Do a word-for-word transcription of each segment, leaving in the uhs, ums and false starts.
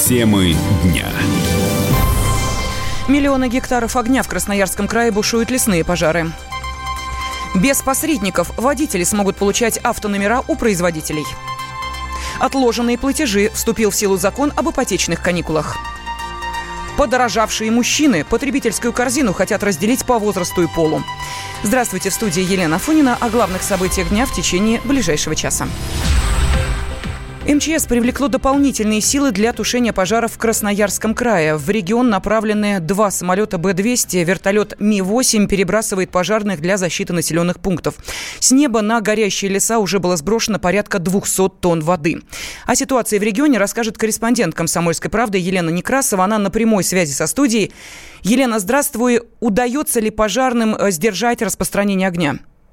Темы дня. Миллионы гектаров огня в Красноярском крае бушуют лесные пожары. Без посредников водители смогут получать автономера у производителей. Отложенные платежи. Вступил в силу закон об ипотечных каникулах. Подорожавшие мужчины потребительскую корзину хотят разделить по возрасту и полу. Здравствуйте, в студии Елена Афонина. О главных событиях дня в течение ближайшего часа. эм че эс привлекло дополнительные силы для тушения пожаров в Красноярском крае. В регион направлены два самолета Бэ двести. Вертолет Ми восемь перебрасывает пожарных для защиты населенных пунктов. С неба на горящие леса уже было сброшено порядка двести тонн воды. О ситуации в регионе расскажет корреспондент «Комсомольской правды» Елена Некрасова. Она на прямой связи со студией. Елена, здравствуй. Удается ли пожарным сдержать распространение огня?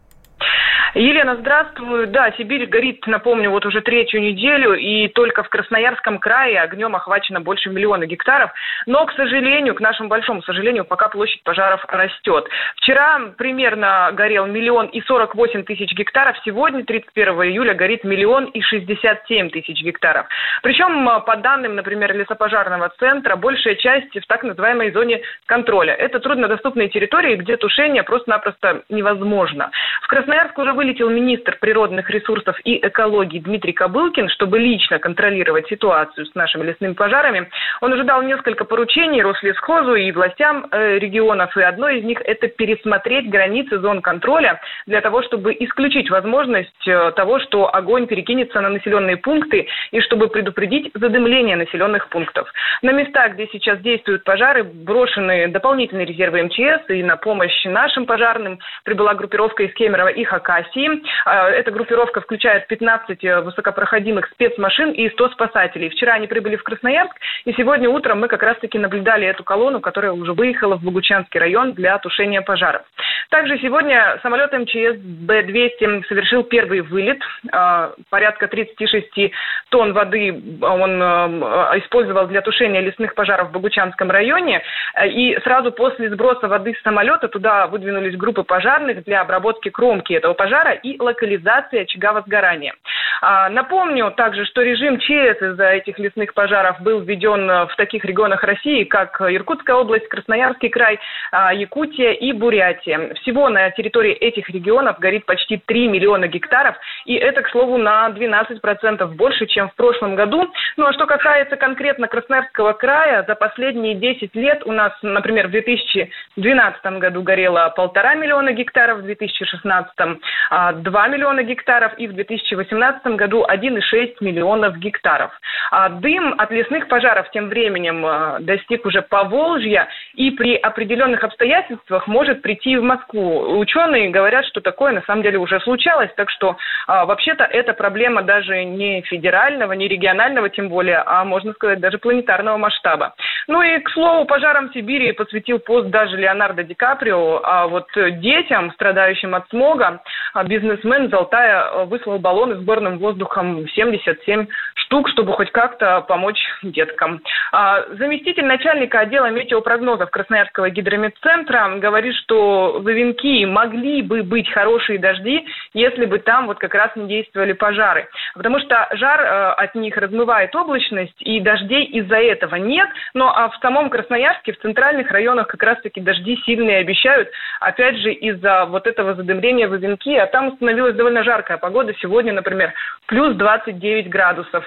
Елена, здравствуй. Да, Сибирь горит, напомню, вот уже третью неделю, и только в Красноярском крае огнем охвачено больше миллиона гектаров. Но, к сожалению, к нашему большому сожалению, пока площадь пожаров растет. Вчера примерно горел миллион и сорок восемь тысяч гектаров. Сегодня, тридцать первого июля, горит миллион и шестьдесят семь тысяч гектаров. Причем, по данным, например, лесопожарного центра, большая часть в так называемой зоне контроля. Это труднодоступные территории, где тушение просто-напросто невозможно. В Красноярск уже вылетел министр природных ресурсов и экологии Дмитрий Кобылкин, чтобы лично контролировать ситуацию с нашими лесными пожарами. Он уже дал несколько поручений Рослесхозу и властям э, регионов, и одно из них – это пересмотреть границы зон контроля для того, чтобы исключить возможность э, того, что огонь перекинется на населенные пункты, и чтобы предупредить задымление населенных пунктов. На местах, где сейчас действуют пожары, брошены дополнительные резервы эм че эс, и на помощь нашим пожарным прибыла группировка из Кемерово и Хакасии. Эта группировка включает пятнадцать высокопроходимых спецмашин и сто спасателей. Вчера они прибыли в Красноярск, и сегодня утром мы как раз-таки наблюдали эту колонну, которая уже выехала в Богучанский район для тушения пожаров. Также сегодня самолет эм че эс Бэ двести совершил первый вылет. Порядка тридцать шесть тонн воды он использовал для тушения лесных пожаров в Богучанском районе. И сразу после сброса воды с самолета туда выдвинулись группы пожарных для обработки кромки этого пожара и локализации очага возгорания. А, напомню также, что режим че эс из-за этих лесных пожаров был введен в таких регионах России, как Иркутская область, Красноярский край, а, Якутия и Бурятия. Всего на территории этих регионов горит почти три миллиона гектаров, и это, к слову, на двенадцать процентов больше, чем в прошлом году. Ну а что касается конкретно Красноярского края, за последние десять лет у нас, например, в две тысячи двенадцатом году горело полтора миллиона гектаров, в две тысячи шестнадцатом два миллиона гектаров и в две тысячи восемнадцатом году один и шесть миллионов гектаров. А дым от лесных пожаров тем временем достиг уже Поволжья и при определенных обстоятельствах может прийти в Москву. Ученые говорят, что такое на самом деле уже случалось, так что вообще-то это проблема даже не федерального, не регионального тем более, а можно сказать даже планетарного масштаба. Ну и, к слову, пожарам Сибири посвятил пост даже Леонардо Ди Каприо, а вот детям, страдающим от смога, бизнесмен из Алтая выслал баллоны с горным воздухом семьдесят семь штук, чтобы хоть как-то помочь деткам. Заместитель начальника отдела метеопрогнозов Красноярского гидрометцентра говорит, что в Ивенки могли бы быть хорошие дожди, если бы там вот как раз не действовали пожары. Потому что жар от них размывает облачность, и дождей из-за этого нет. Но а в самом Красноярске, в центральных районах как раз-таки дожди сильные обещают. Опять же, из-за вот этого задымления в Ивенки, а там установилась довольно жаркая погода. Сегодня, например, плюс двадцать девять градусов.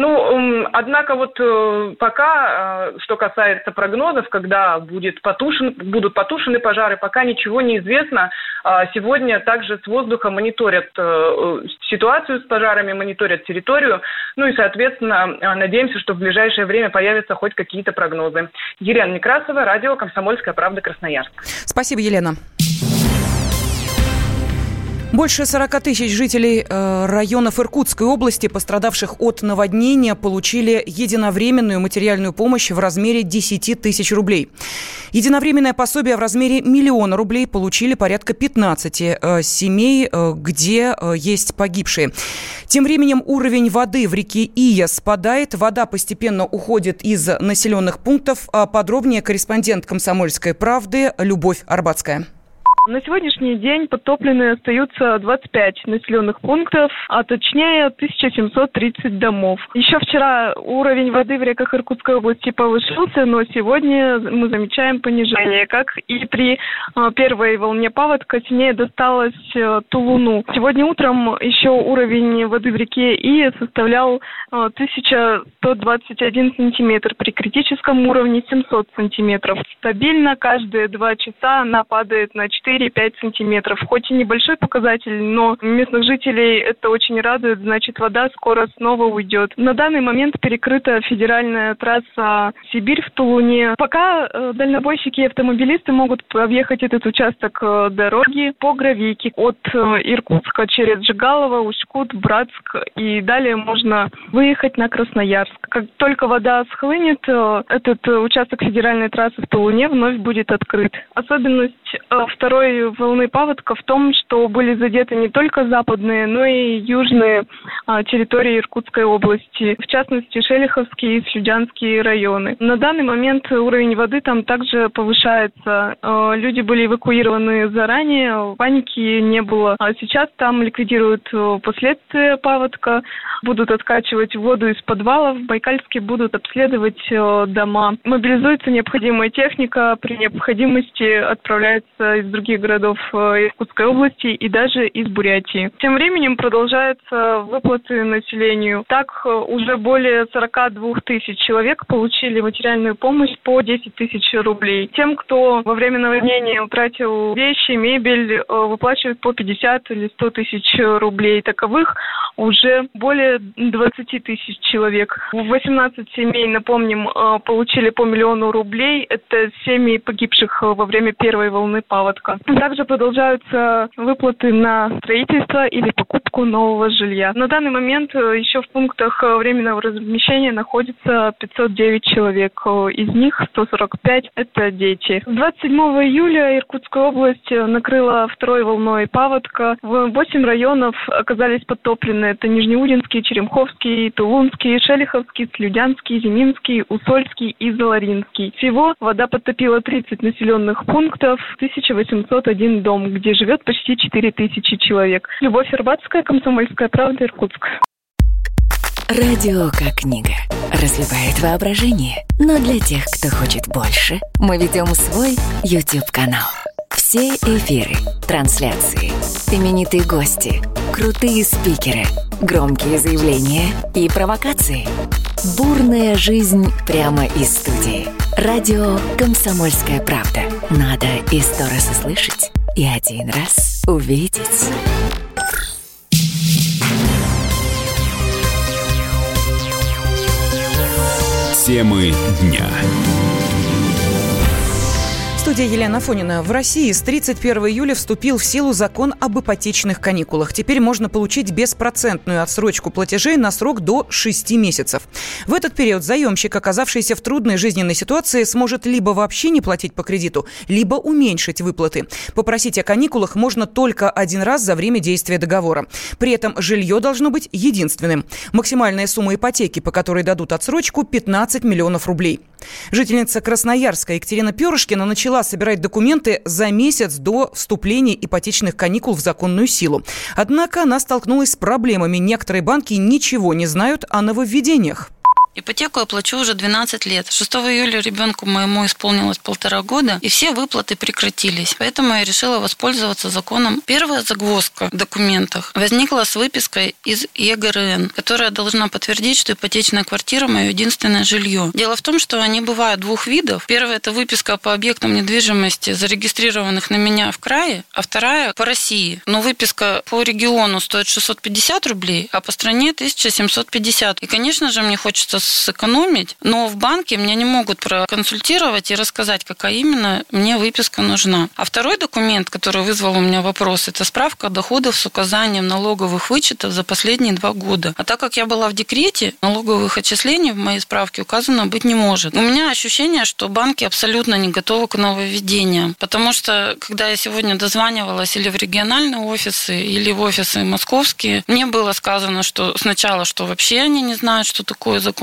Ну, однако вот пока, что касается прогнозов, когда будет потушен, будут потушены пожары, пока ничего не известно. Сегодня также с воздуха мониторят ситуацию с пожарами, мониторят территорию. Ну и, соответственно, надеемся, что в ближайшее время появятся хоть какие-то прогнозы. Елена Некрасова, радио «Комсомольская правда», Красноярск. Спасибо, Елена. Больше сорок тысяч жителей э, районов Иркутской области, пострадавших от наводнения, получили единовременную материальную помощь в размере десять тысяч рублей. Единовременное пособие в размере миллиона рублей получили порядка пятнадцати э, семей, э, где э, есть погибшие. Тем временем уровень воды в реке Ия спадает, вода постепенно уходит из населенных пунктов. А подробнее корреспондент «Комсомольской правды» Любовь Арбатская. На сегодняшний день подтоплены остаются двадцать пять населенных пунктов, а точнее тысяча семьсот тридцать домов. Еще вчера уровень воды в реках Иркутской области повышался, но сегодня мы замечаем понижение. Как и при первой волне паводка, сильнее досталось Тулуну. Сегодня утром еще уровень воды в реке И составлял тысяча сто двадцать один сантиметр, при критическом уровне семьсот сантиметров. Стабильно каждые два часа она падает на четыре-пять сантиметров. Хоть и небольшой показатель, но местных жителей это очень радует, значит, вода скоро снова уйдет. На данный момент перекрыта федеральная трасса Сибирь в Тулуне. Пока э, дальнобойщики и автомобилисты могут объехать этот участок э, дороги по гравийке от э, Иркутска через Жигалово, Ушкут, Братск, и далее можно выехать на Красноярск. Как только вода схлынет, э, этот э, участок федеральной трассы в Тулуне вновь будет открыт. Особенность э, второй волны паводка в том, что были задеты не только западные, но и южные э, территории Иркутской области, в частности Шелиховские и Слюдянские районы. На данный момент уровень воды там также повышается. Э, люди были эвакуированы заранее, паники не было. А сейчас там ликвидируют э, последствия паводка, будут откачивать воду из подвалов, в Байкальске будут обследовать э, дома. Мобилизуется необходимая техника, при необходимости отправляется из других городов э, Иркутской области и даже из Бурятии. Тем временем продолжаются выплаты населению. Так, э, уже более сорок два тысяч человек получили материальную помощь по десять тысяч рублей. Тем, кто во время наводнения утратил вещи, мебель, э, выплачивают по пятьдесят или сто тысяч рублей. Таковых уже более двадцать тысяч человек. восемнадцать семей, напомним, получили по миллиону рублей. Это семьи погибших во время первой волны паводка. Также продолжаются выплаты на строительство или покупку нового жилья. На данный момент еще в пунктах временного размещения находится пятьсот девять человек. Из них сто сорок пять – это дети. двадцать седьмого июля Иркутская область накрыла второй волной паводка. Восемь районов оказались подтоплены. Это Нижнеудинский, Черемховский, Тулунский, Шелиховский, Слюдянский, Зиминский, Усольский и Заларинский. Всего вода подтопила тридцать населенных пунктов, тысяча восемьсот один дом, где живет почти четыре тысячи человек. Любовь Арбатская, Комсомольская правда, Иркутск. Радио как книга. Разливает воображение. Но для тех, кто хочет больше, мы ведем свой YouTube-канал. Все эфиры, трансляции, именитые гости, крутые спикеры, громкие заявления и провокации. Бурная жизнь прямо из студии. Радио «Комсомольская правда». Надо и сто раз услышать, и один раз увидеть. Темы дня. Студия Елена Афонина. В России с тридцать первого июля вступил в силу закон об ипотечных каникулах. Теперь можно получить беспроцентную отсрочку платежей на срок до шести месяцев. В этот период заемщик, оказавшийся в трудной жизненной ситуации, сможет либо вообще не платить по кредиту, либо уменьшить выплаты. Попросить о каникулах можно только один раз за время действия договора. При этом жилье должно быть единственным. Максимальная сумма ипотеки, по которой дадут отсрочку, пятнадцать миллионов рублей. Жительница Красноярска Екатерина Перышкина начала собирать документы за месяц до вступления ипотечных каникул в законную силу. Однако она столкнулась с проблемами. Некоторые банки ничего не знают о нововведениях. Ипотеку я плачу уже двенадцать лет. шестого июля ребенку моему исполнилось полтора года, и все выплаты прекратились. Поэтому я решила воспользоваться законом. Первая загвоздка в документах возникла с выпиской из ЕГРН, которая должна подтвердить, что ипотечная квартира – мое единственное жилье. Дело в том, что они бывают двух видов. Первая – это выписка по объектам недвижимости, зарегистрированных на меня в крае, а вторая – по России. Но выписка по региону стоит шестьсот пятьдесят рублей, а по стране – тысяча семьсот пятьдесят. И, конечно же, мне хочется сэкономить, но в банке меня не могут проконсультировать и рассказать, какая именно мне выписка нужна. А второй документ, который вызвал у меня вопрос, это справка доходов с указанием налоговых вычетов за последние два года. А так как я была в декрете, налоговых отчислений в моей справке указано быть не может. У меня ощущение, что банки абсолютно не готовы к нововведениям, потому что, когда я сегодня дозванивалась или в региональные офисы, или в офисы московские, мне было сказано, что сначала, что вообще они не знают, что такое закон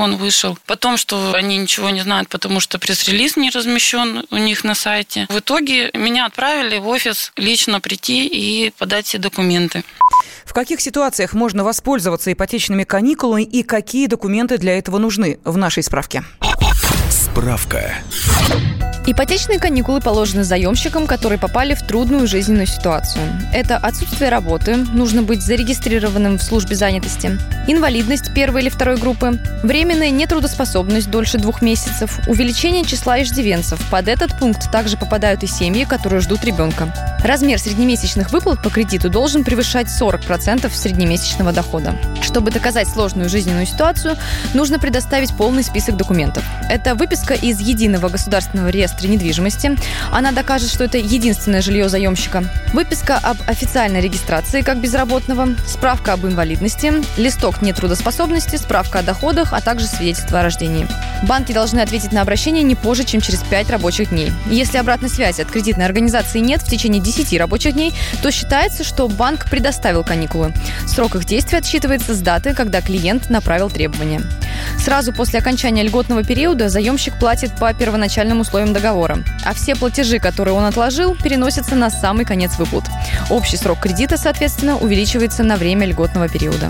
закон вышел. Потом, что они ничего не знают, потому что пресс-релиз не размещен у них на сайте. В итоге меня отправили в офис лично прийти и подать все документы. В каких ситуациях можно воспользоваться ипотечными каникулами и какие документы для этого нужны? В нашей справке. Справка. Ипотечные каникулы положены заемщикам, которые попали в трудную жизненную ситуацию. Это отсутствие работы, нужно быть зарегистрированным в службе занятости, инвалидность первой или второй группы, временная нетрудоспособность дольше двух месяцев, увеличение числа иждивенцев. Под этот пункт также попадают и семьи, которые ждут ребенка. Размер среднемесячных выплат по кредиту должен превышать сорок процентов среднемесячного дохода. Чтобы доказать сложную жизненную ситуацию, нужно предоставить полный список документов. Это выписка из Единого государственного реестра недвижимости. Она докажет, что это единственное жилье заемщика. Выписка об официальной регистрации как безработного, справка об инвалидности, листок нетрудоспособности, справка о доходах, а также свидетельство о рождении. Банки должны ответить на обращение не позже, чем через пять рабочих дней. Если обратной связи от кредитной организации нет в течение десяти рабочих дней, то считается, что банк предоставил каникулы. Срок их действия отсчитывается с даты, когда клиент направил требования. Сразу после окончания льготного периода заемщик платит по первоначальным условиям договора, а все платежи, которые он отложил, переносятся на самый конец выплат. Общий срок кредита, соответственно, увеличивается на время льготного периода.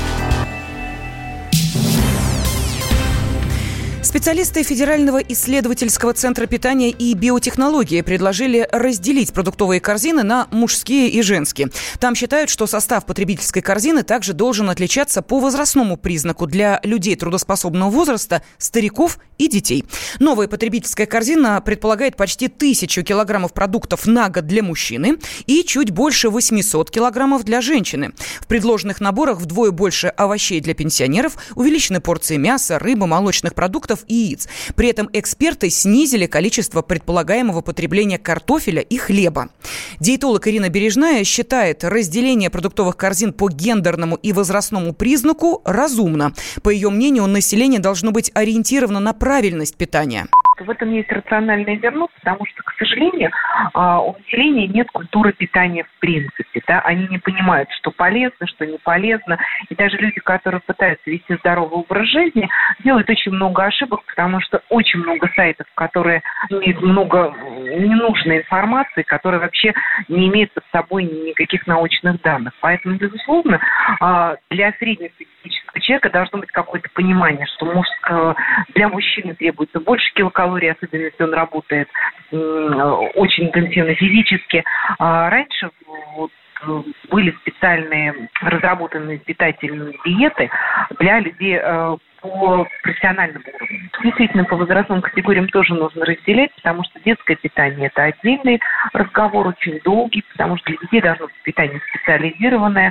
Специалисты Федерального исследовательского центра питания и биотехнологии предложили разделить продуктовые корзины на мужские и женские. Там считают, что состав потребительской корзины также должен отличаться по возрастному признаку для людей трудоспособного возраста, стариков и детей. Новая потребительская корзина предполагает почти тысячу килограммов продуктов на год для мужчины и чуть больше восемьсот килограммов для женщины. В предложенных наборах вдвое больше овощей для пенсионеров, увеличены порции мяса, рыбы, молочных продуктов и яиц. При этом эксперты снизили количество предполагаемого потребления картофеля и хлеба. Диетолог Ирина Бережная считает разделение продуктовых корзин по гендерному и возрастному признаку разумно. По ее мнению, население должно быть ориентировано на правильность питания. В этом есть рациональное зерно, потому что, к сожалению, у населения нет культуры питания в принципе. Да? Они не понимают, что полезно, что не полезно. И даже люди, которые пытаются вести здоровый образ жизни, делают очень много ошибок, потому что очень много сайтов, которые имеют много ненужной информации, которая вообще не имеет под собой никаких научных данных. Поэтому, безусловно, для среднестатистического человека должно быть какое-то понимание, что для мужчины требуется больше килокалорий, особенно если он работает очень интенсивно физически. Раньше вот, были специальные разработанные питательные диеты для людей по профессиональному уровню. Действительно, по возрастным категориям тоже нужно разделять, потому что детское питание – это отдельный разговор, очень долгий, потому что для детей должно быть питание специализированное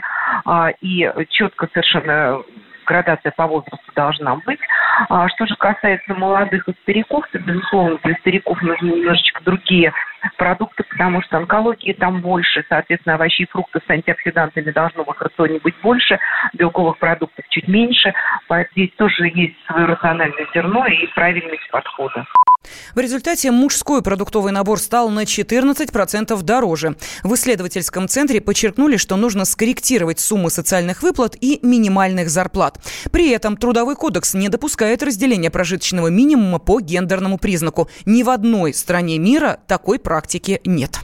и четко совершенно градация по возрасту должна быть. А что же касается молодых и стариков, то, безусловно, для стариков нужны немножечко другие продукты, потому что онкологии там больше, соответственно, овощи и фрукты с антиоксидантами должно в их рационе быть больше, белковых продуктов чуть меньше, поэтому здесь тоже есть свое рациональное зерно и правильность подхода. В результате мужской продуктовый набор стал на четырнадцать процентов дороже. В исследовательском центре подчеркнули, что нужно скорректировать суммы социальных выплат и минимальных зарплат. При этом Трудовой кодекс не допускает разделения прожиточного минимума по гендерному признаку. Ни в одной стране мира такой практики нет.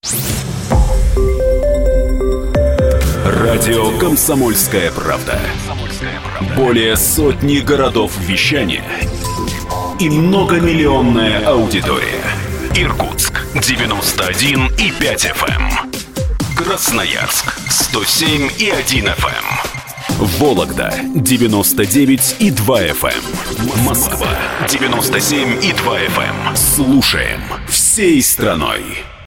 Радио «Комсомольская правда». Более сотни городов вещания и многомиллионная аудитория. Иркутск девяносто один и пять эф эм, Красноярск сто семь и один эф эм, Вологда девяносто девять и два эф эм, Москва девяносто семь и два эф эм. Слушаем всей страной.